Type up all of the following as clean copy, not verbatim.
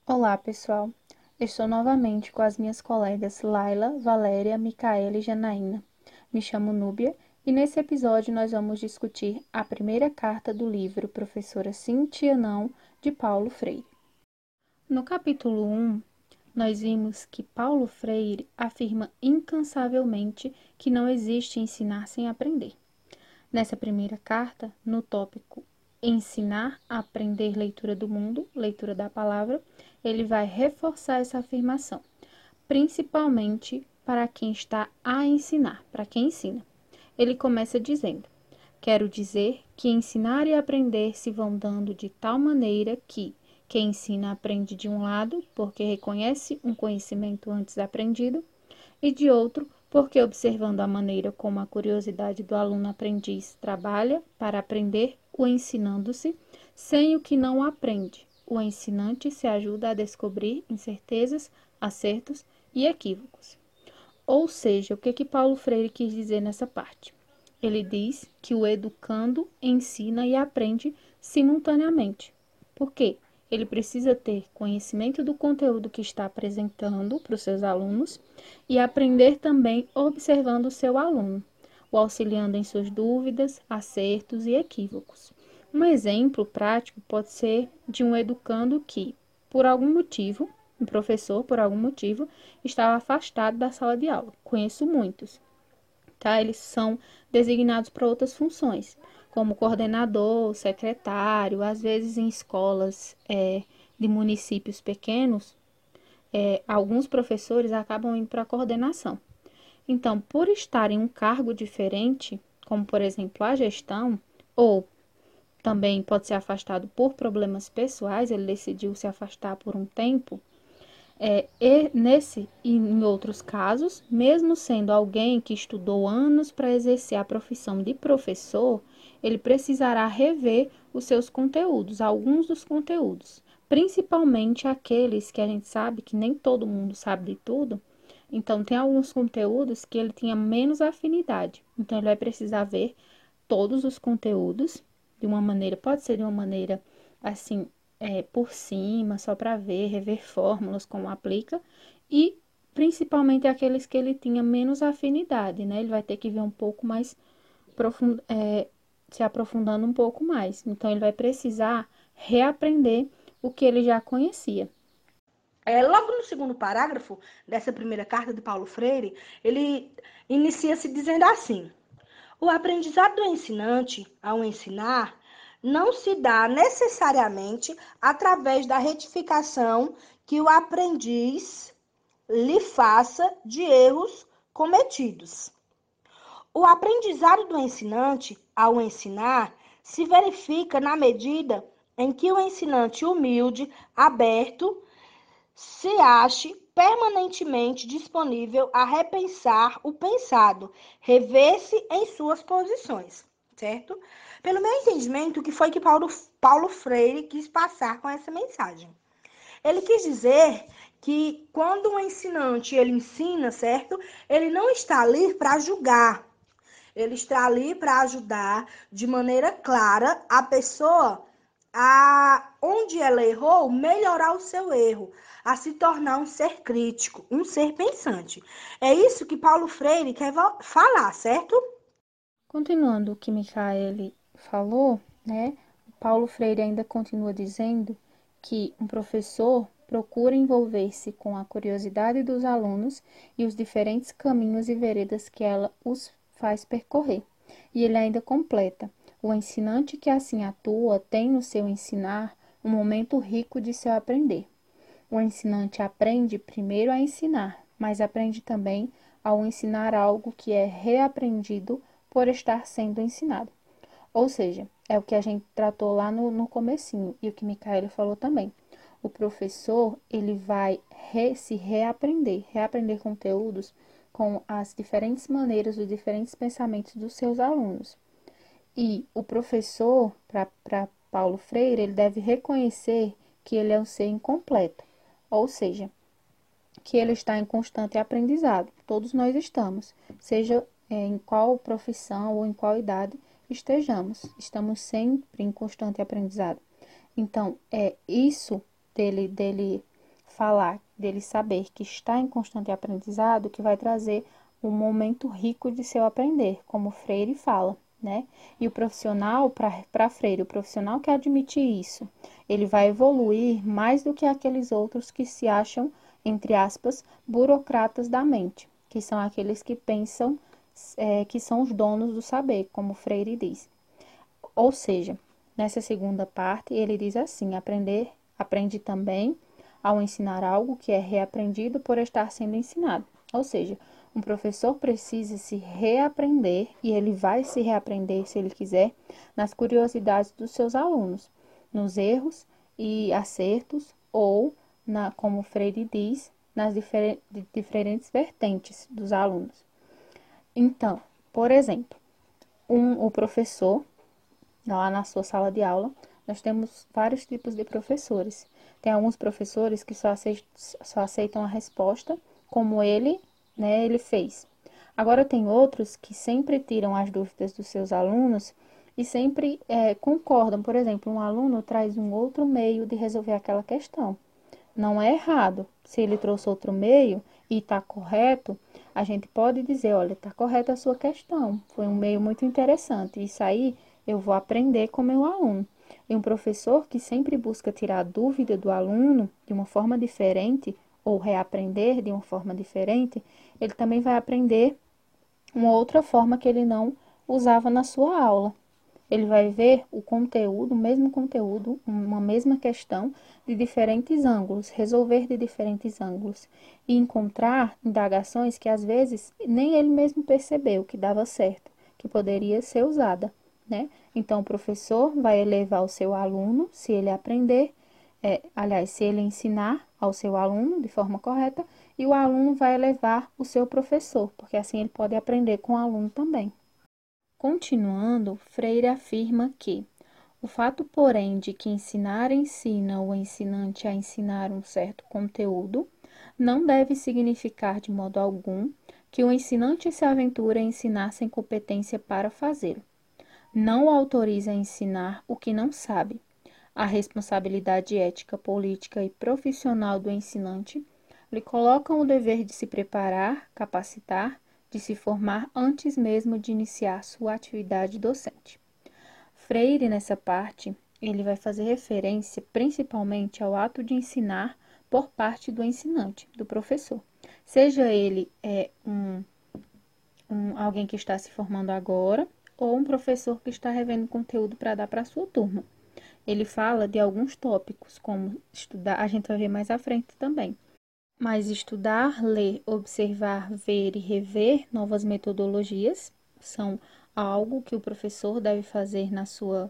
Olá, pessoal. Estou novamente com as minhas colegas Laila, Valéria, Micaela e Janaína. Me chamo Núbia e nesse episódio nós vamos discutir a primeira carta do livro Professora Sim, Tia Não, de Paulo Freire. No capítulo 1, nós vimos que Paulo Freire afirma incansavelmente que não existe ensinar sem aprender. Nessa primeira carta, no tópico Ensinar a aprender leitura do mundo, leitura da palavra, ele vai reforçar essa afirmação, principalmente para quem está a ensinar, para quem ensina. Ele começa dizendo: quero dizer que ensinar e aprender se vão dando de tal maneira que quem ensina aprende de um lado, porque reconhece um conhecimento antes aprendido, e de outro, porque observando a maneira como a curiosidade do aluno aprendiz trabalha para aprender, o ensinando-se, sem o que não aprende. O ensinante se ajuda a descobrir incertezas, acertos e equívocos. Ou seja, o que Paulo Freire quis dizer nessa parte? Ele diz que o educando ensina e aprende simultaneamente. Por quê? Ele precisa ter conhecimento do conteúdo que está apresentando para os seus alunos e aprender também observando o seu aluno, o auxiliando em suas dúvidas, acertos e equívocos. Um exemplo prático pode ser de um educando que, por algum motivo, um professor, por algum motivo, estava afastado da sala de aula. Conheço muitos, tá? Eles são designados para outras funções, como coordenador, secretário, às vezes em escolas de municípios pequenos, alguns professores acabam indo para a coordenação. Então, por estar em um cargo diferente, como por exemplo a gestão, ou também pode ser afastado por problemas pessoais, ele decidiu se afastar por um tempo, e nesse e em outros casos, mesmo sendo alguém que estudou anos para exercer a profissão de professor, ele precisará rever os seus conteúdos, alguns dos conteúdos, principalmente aqueles que a gente sabe que nem todo mundo sabe de tudo. Então, tem alguns conteúdos que ele tinha menos afinidade. Então, ele vai precisar ver todos os conteúdos de uma maneira, pode ser de uma maneira assim, por cima, só para ver, rever fórmulas, como aplica, e principalmente aqueles que ele tinha menos afinidade, né? Ele vai ter que ver um pouco mais se aprofundando um pouco mais. Então, ele vai precisar reaprender o que ele já conhecia. Logo no segundo parágrafo dessa primeira carta de Paulo Freire, ele inicia-se dizendo assim: o aprendizado do ensinante ao ensinar não se dá necessariamente através da retificação que o aprendiz lhe faça de erros cometidos. O aprendizado do ensinante ao ensinar se verifica na medida em que o ensinante humilde, aberto, se ache permanentemente disponível a repensar o pensado, rever-se em suas posições, certo? Pelo meu entendimento, o que foi que Paulo Freire quis passar com essa mensagem? Ele quis dizer que quando um ensinante ele ensina, certo? Ele não está ali para julgar, ele está ali para ajudar de maneira clara a pessoa a onde ela errou, melhorar o seu erro, a se tornar um ser crítico, um ser pensante. É isso que Paulo Freire quer falar, certo? Continuando o que Michaele falou, né? Paulo Freire ainda continua dizendo que um professor procura envolver-se com a curiosidade dos alunos e os diferentes caminhos e veredas que ela os faz percorrer. E ele ainda completa: o ensinante que assim atua tem no seu ensinar um momento rico de seu aprender. O ensinante aprende primeiro a ensinar, mas aprende também ao ensinar algo que é reaprendido por estar sendo ensinado. Ou seja, é o que a gente tratou lá no comecinho e o que Micaela falou também. O professor, ele vai se reaprender conteúdos com as diferentes maneiras, os diferentes pensamentos dos seus alunos. E o professor, para Paulo Freire, ele deve reconhecer que ele é um ser incompleto, ou seja, que ele está em constante aprendizado. Todos nós estamos, seja em qual profissão ou em qual idade estamos sempre em constante aprendizado. Então, é isso dele falar, dele saber que está em constante aprendizado, que vai trazer um momento rico de seu aprender, como Freire fala, né? E o profissional, para Freire, o profissional que admite isso, ele vai evoluir mais do que aqueles outros que se acham, entre aspas, burocratas da mente, que são aqueles que pensam que são os donos do saber, como Freire diz. Ou seja, nessa segunda parte, ele diz assim: aprende também ao ensinar algo que é reaprendido por estar sendo ensinado. Ou seja, um professor precisa se reaprender, e ele vai se reaprender, se ele quiser, nas curiosidades dos seus alunos, nos erros e acertos, ou, como Freire diz, nas diferentes vertentes dos alunos. Então, por exemplo, o professor, lá na sua sala de aula, nós temos vários tipos de professores. Tem alguns professores que só aceitam a resposta como ele fez. Agora tem outros que sempre tiram as dúvidas dos seus alunos e sempre concordam. Por exemplo, um aluno traz um outro meio de resolver aquela questão. Não é errado. Se ele trouxe outro meio e está correto, a gente pode dizer, olha, está correta a sua questão. Foi um meio muito interessante. Isso aí eu vou aprender com meu aluno. E um professor que sempre busca tirar a dúvida do aluno de uma forma diferente, ou reaprender de uma forma diferente, ele também vai aprender uma outra forma que ele não usava na sua aula. Ele vai ver o conteúdo, o mesmo conteúdo, uma mesma questão, de diferentes ângulos, resolver de diferentes ângulos e encontrar indagações que às vezes nem ele mesmo percebeu que dava certo, que poderia ser usada, né? Então, o professor vai elevar o seu aluno, se ele aprender, se ele ensinar ao seu aluno de forma correta, e o aluno vai elevar o seu professor, porque assim ele pode aprender com o aluno também. Continuando, Freire afirma que o fato, porém, de que ensinar ensina o ensinante a ensinar um certo conteúdo, não deve significar de modo algum que o ensinante se aventure a ensinar sem competência para fazê-lo. Não o autoriza a ensinar o que não sabe. A responsabilidade ética, política e profissional do ensinante lhe colocam o dever de se preparar, capacitar, de se formar antes mesmo de iniciar sua atividade docente. Freire, nessa parte, ele vai fazer referência principalmente ao ato de ensinar por parte do ensinante, do professor. Seja ele alguém que está se formando agora ou um professor que está revendo conteúdo para dar para a sua turma. Ele fala de alguns tópicos, como estudar, a gente vai ver mais à frente também. Mas estudar, ler, observar, ver e rever novas metodologias são algo que o professor deve fazer na sua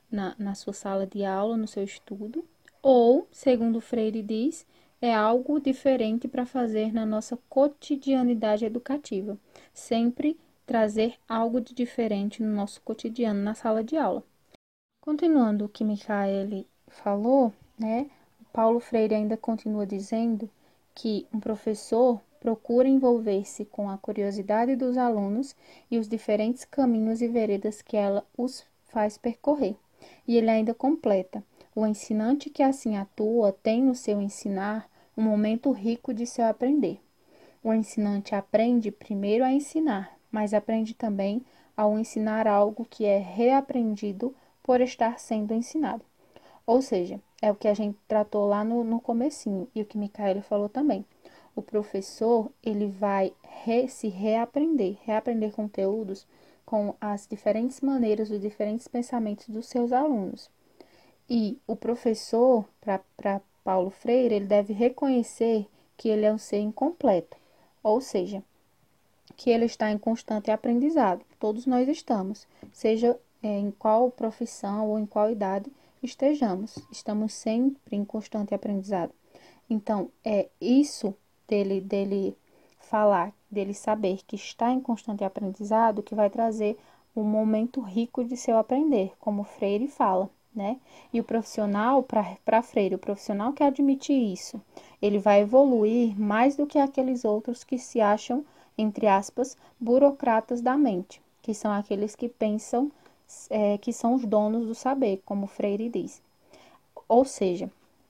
sala de aula, no seu estudo, ou, segundo Freire diz, é algo diferente para fazer na nossa cotidianidade educativa. Sempre trazer algo de diferente no nosso cotidiano na sala de aula. Continuando o que Michaele falou, né, Paulo Freire ainda continua dizendo que um professor procura envolver-se com a curiosidade dos alunos e os diferentes caminhos e veredas que ela os faz percorrer. E ele ainda completa: o ensinante que assim atua tem no seu ensinar um momento rico de seu aprender. O ensinante aprende primeiro a ensinar, mas aprende também ao ensinar algo que é reaprendido por estar sendo ensinado. Ou seja, é o que a gente tratou lá no comecinho e o que Micaela falou também. O professor, ele vai se reaprender conteúdos com as diferentes maneiras, os diferentes pensamentos dos seus alunos. E o professor, para Paulo Freire, ele deve reconhecer que ele é um ser incompleto, ou seja, que ele está em constante aprendizado. Todos nós estamos, seja em qual profissão ou em qual idade estamos sempre em constante aprendizado. Então, é isso dele falar, dele saber que está em constante aprendizado, que vai trazer um momento rico de seu aprender, como Freire fala, né? E o profissional, para Freire, o profissional que admite isso, ele vai evoluir mais do que aqueles outros que se acham, entre aspas, burocratas da mente, que são aqueles que pensam que são os donos do saber, como Freire diz. Ou seja,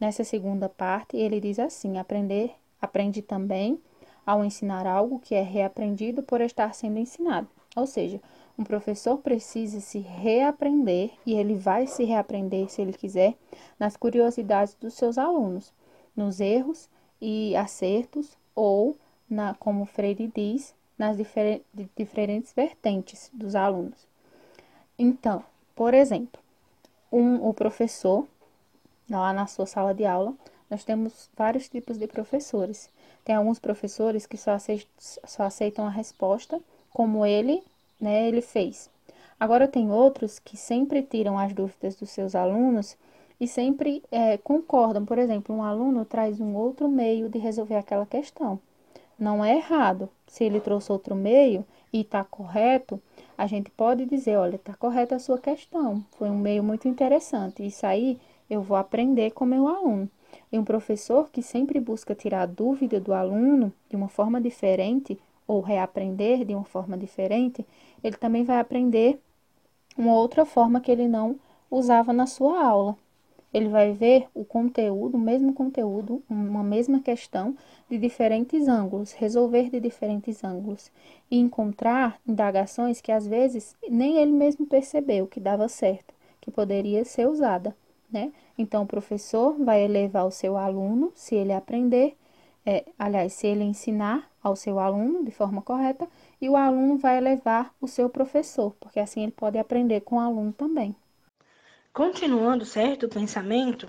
Nessa segunda parte, ele diz assim: aprende também ao ensinar algo que é reaprendido por estar sendo ensinado. Ou seja, um professor precisa se reaprender, e ele vai se reaprender, se ele quiser, nas curiosidades dos seus alunos, nos erros e acertos, ou, como Freire diz, nas diferentes vertentes dos alunos. Então, por exemplo, o professor, lá na sua sala de aula, nós temos vários tipos de professores. Tem alguns professores que só aceitam a resposta como ele fez. Agora, tem outros que sempre tiram as dúvidas dos seus alunos e sempre concordam. Por exemplo, um aluno traz um outro meio de resolver aquela questão. Não é errado. Se ele trouxe outro meio e está correto, a gente pode dizer: olha, está correta a sua questão. Foi um meio muito interessante. Isso aí eu vou aprender com meu aluno. E um professor que sempre busca tirar a dúvida do aluno de uma forma diferente, ou reaprender de uma forma diferente, ele também vai aprender uma outra forma que ele não usava na sua aula. Ele vai ver o conteúdo, o mesmo conteúdo, uma mesma questão, de diferentes ângulos, resolver de diferentes ângulos e encontrar indagações que às vezes nem ele mesmo percebeu que dava certo, que poderia ser usada, né? Então, o professor vai elevar o seu aluno, se ele aprender, se ele ensinar ao seu aluno de forma correta, e o aluno vai elevar o seu professor, porque assim ele pode aprender com o aluno também. Continuando, certo, o pensamento,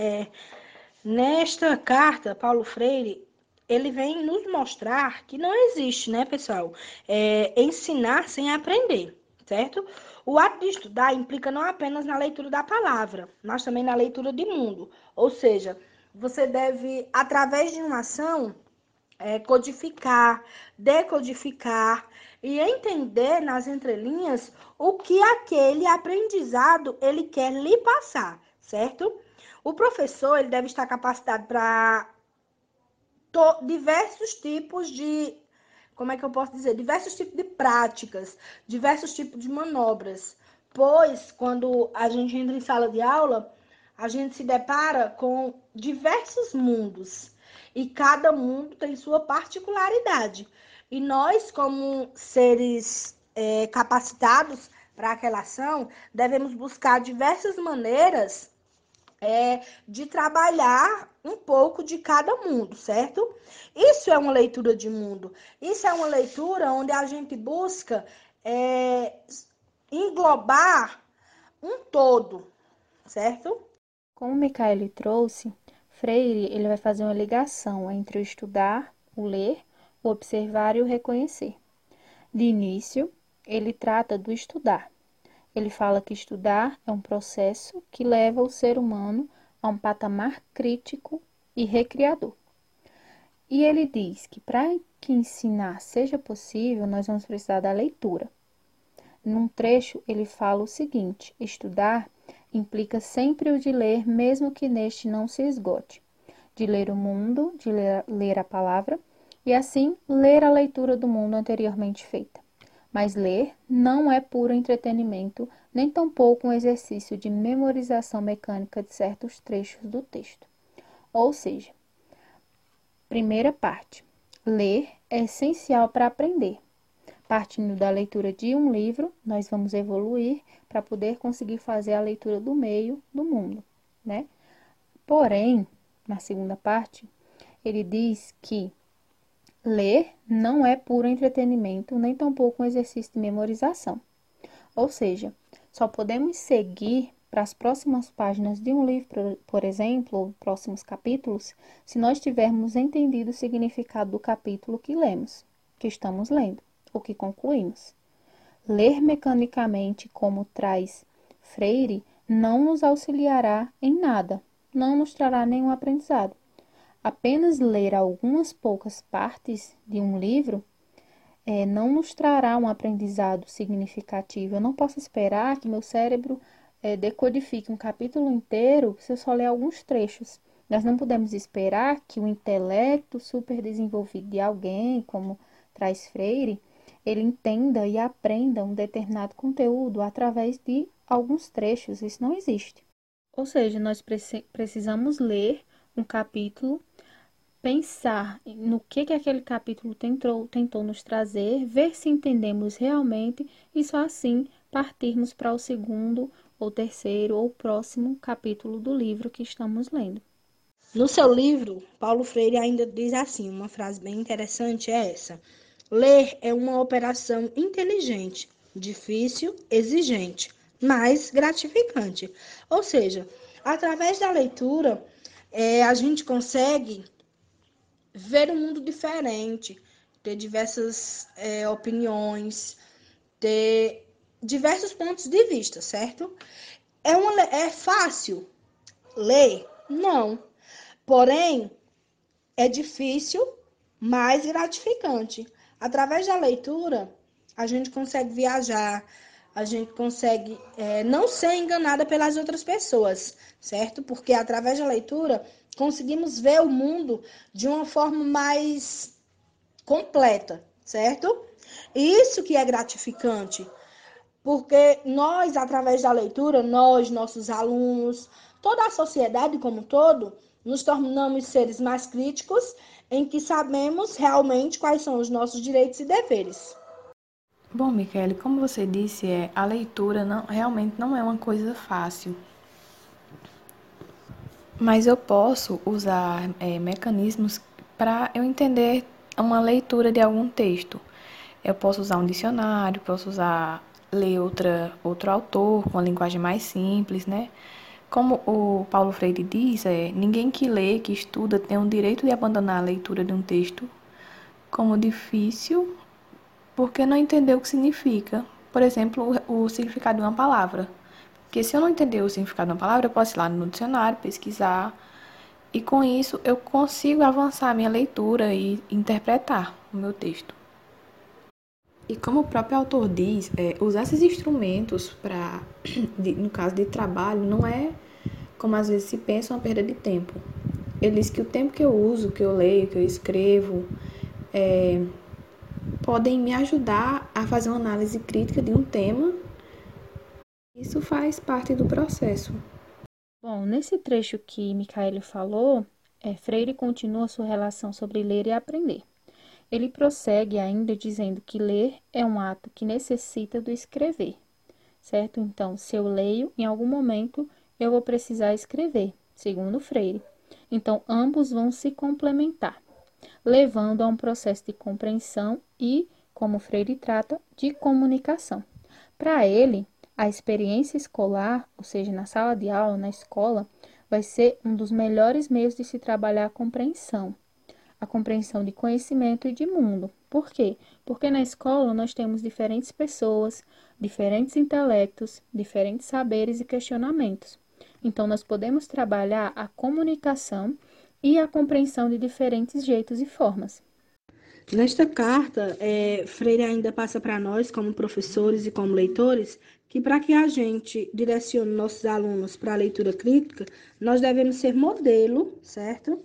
nesta carta, Paulo Freire, ele vem nos mostrar que não existe, né, pessoal, ensinar sem aprender, certo? O ato de estudar implica não apenas na leitura da palavra, mas também na leitura de mundo. Ou seja, você deve, através de uma ação, codificar, decodificar e entender nas entrelinhas o que aquele aprendizado ele quer lhe passar, certo? O professor ele deve estar capacitado para diversos tipos de, como é que eu posso dizer, diversos tipos de práticas, diversos tipos de manobras, pois quando a gente entra em sala de aula, a gente se depara com diversos mundos e cada mundo tem sua particularidade. E nós, como seres capacitados para aquela ação, devemos buscar diversas maneiras de trabalhar um pouco de cada mundo, certo? Isso é uma leitura de mundo. Isso é uma leitura onde a gente busca englobar um todo, certo? Como Micaele trouxe, Freire ele vai fazer uma ligação entre o estudar, o ler, o observar e o reconhecer. De início, ele trata do estudar. Ele fala que estudar é um processo que leva o ser humano a um patamar crítico e recriador. E ele diz que para que ensinar seja possível, nós vamos precisar da leitura. Num trecho, ele fala o seguinte: estudar implica sempre o de ler, mesmo que neste não se esgote, de ler o mundo, de ler a palavra, e assim ler a leitura do mundo anteriormente feita. Mas ler não é puro entretenimento, nem tampouco um exercício de memorização mecânica de certos trechos do texto. Ou seja, primeira parte, ler é essencial para aprender. Partindo da leitura de um livro, nós vamos evoluir para poder conseguir fazer a leitura do meio do mundo, né? Porém, na segunda parte, ele diz que ler não é puro entretenimento, nem tampouco um exercício de memorização. Ou seja, só podemos seguir para as próximas páginas de um livro, por exemplo, ou próximos capítulos, se nós tivermos entendido o significado do capítulo que lemos, que estamos lendo, ou que concluímos. Ler mecanicamente, como traz Freire, não nos auxiliará em nada, não nos trará nenhum aprendizado. Apenas ler algumas poucas partes de um livro não nos trará um aprendizado significativo. Eu não posso esperar que meu cérebro decodifique um capítulo inteiro se eu só ler alguns trechos. Nós não podemos esperar que o intelecto super desenvolvido de alguém, como traz Freire, ele entenda e aprenda um determinado conteúdo através de alguns trechos. Isso não existe. Ou seja, nós precisamos ler um capítulo, pensar no que aquele capítulo tentou nos trazer, ver se entendemos realmente e só assim partirmos para o segundo ou terceiro ou próximo capítulo do livro que estamos lendo. No seu livro, Paulo Freire ainda diz assim, uma frase bem interessante é essa: ler é uma operação inteligente, difícil, exigente, mas gratificante. Ou seja, através da leitura, a gente consegue ver um mundo diferente, ter diversas opiniões, ter diversos pontos de vista, certo? É fácil ler? Não. Porém, é difícil, mas gratificante. Através da leitura, a gente consegue viajar, a gente consegue não ser enganada pelas outras pessoas, certo? Porque através da leitura conseguimos ver o mundo de uma forma mais completa, certo? Isso que é gratificante, porque nós, através da leitura, nós, nossos alunos, toda a sociedade como um todo, nos tornamos seres mais críticos, em que sabemos realmente quais são os nossos direitos e deveres. Bom, Michele, como você disse, a leitura realmente não é uma coisa fácil. Mas eu posso usar mecanismos para eu entender uma leitura de algum texto. Eu posso usar um dicionário, ler outro autor com uma linguagem mais simples, né? Como o Paulo Freire diz, ninguém que lê, que estuda, tem o direito de abandonar a leitura de um texto como difícil porque não entendeu o que significa. Por exemplo, o significado de uma palavra. Porque se eu não entender o significado de uma palavra, eu posso ir lá no dicionário, pesquisar, e com isso eu consigo avançar a minha leitura e interpretar o meu texto. E como o próprio autor diz, usar esses instrumentos no caso de trabalho, não é, como às vezes se pensa, uma perda de tempo. Ele diz que o tempo que eu uso, que eu leio, que eu escrevo, podem me ajudar a fazer uma análise crítica de um tema. Isso faz parte do processo. Bom, nesse trecho que Micaele falou, Freire continua sua relação sobre ler e aprender. Ele prossegue ainda dizendo que ler é um ato que necessita do escrever, certo? Então, se eu leio, em algum momento eu vou precisar escrever, segundo Freire. Então, ambos vão se complementar, levando a um processo de compreensão e, como Freire trata, de comunicação. Para ele, a experiência escolar, ou seja, na sala de aula, na escola, vai ser um dos melhores meios de se trabalhar a compreensão de conhecimento e de mundo. Por quê? Porque na escola nós temos diferentes pessoas, diferentes intelectos, diferentes saberes e questionamentos. Então, nós podemos trabalhar a comunicação e a compreensão de diferentes jeitos e formas. Nesta carta, Freire ainda passa para nós, como professores e como leitores, que para que a gente direcione nossos alunos para a leitura crítica, nós devemos ser modelo, certo?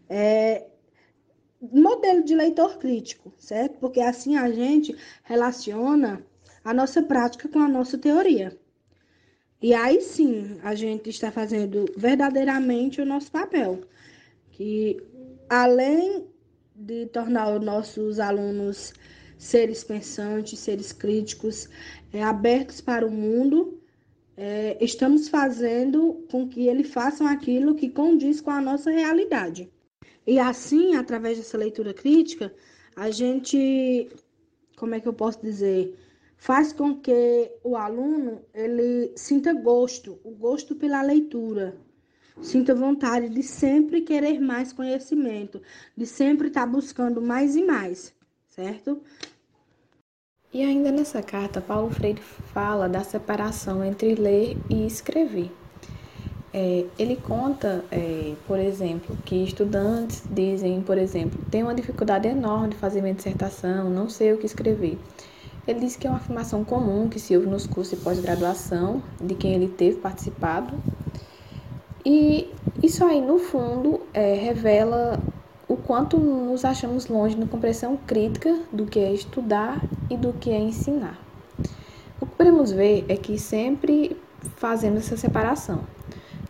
Modelo de leitor crítico, certo? Porque assim a gente relaciona a nossa prática com a nossa teoria. E aí sim, a gente está fazendo verdadeiramente o nosso papel, que além de tornar os nossos alunos seres pensantes, seres críticos, abertos para o mundo, estamos fazendo com que eles façam aquilo que condiz com a nossa realidade. E assim, através dessa leitura crítica, a gente, como é que eu posso dizer, faz com que o aluno ele sinta o gosto pela leitura, sinta vontade de sempre querer mais conhecimento, de sempre estar buscando mais e mais, certo? E ainda nessa carta, Paulo Freire fala da separação entre ler e escrever. Ele conta, por exemplo, que estudantes dizem, por exemplo, tem uma dificuldade enorme de fazer minha dissertação, não sei o que escrever. Ele diz que é uma afirmação comum que se ouve nos cursos de pós-graduação, de quem ele teve participado. E isso aí, no fundo, revela o quanto nos achamos longe na compreensão crítica do que é estudar e do que é ensinar. O que podemos ver é que sempre fazemos essa separação.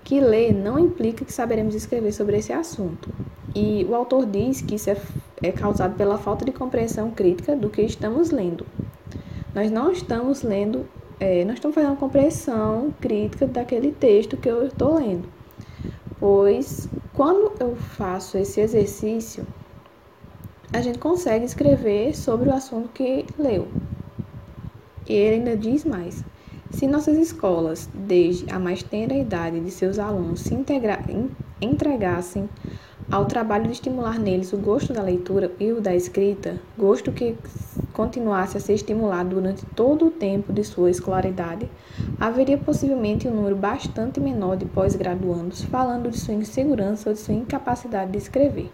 que ler não implica que saberemos escrever sobre esse assunto. E o autor diz que isso é causado pela falta de compreensão crítica do que estamos lendo. Nós não estamos lendo, não estamos fazendo uma compreensão crítica daquele texto que eu estou lendo. Pois, quando eu faço esse exercício, a gente consegue escrever sobre o assunto que leu. E ele ainda diz mais. Se nossas escolas, desde a mais tenra idade de seus alunos, se entregassem ao trabalho de estimular neles o gosto da leitura e o da escrita, gosto que continuasse a ser estimulado durante todo o tempo de sua escolaridade, haveria possivelmente um número bastante menor de pós-graduandos falando de sua insegurança ou de sua incapacidade de escrever.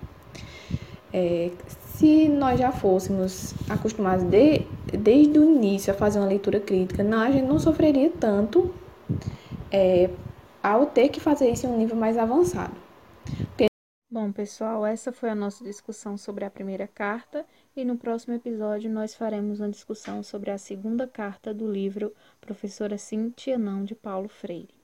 Se nós já fôssemos acostumados desde o início a fazer uma leitura crítica, a gente não sofreria tanto ao ter que fazer isso em um nível mais avançado. Bom, pessoal, essa foi a nossa discussão sobre a primeira carta e no próximo episódio nós faremos uma discussão sobre a segunda carta do livro Professora Cintia Não, de Paulo Freire.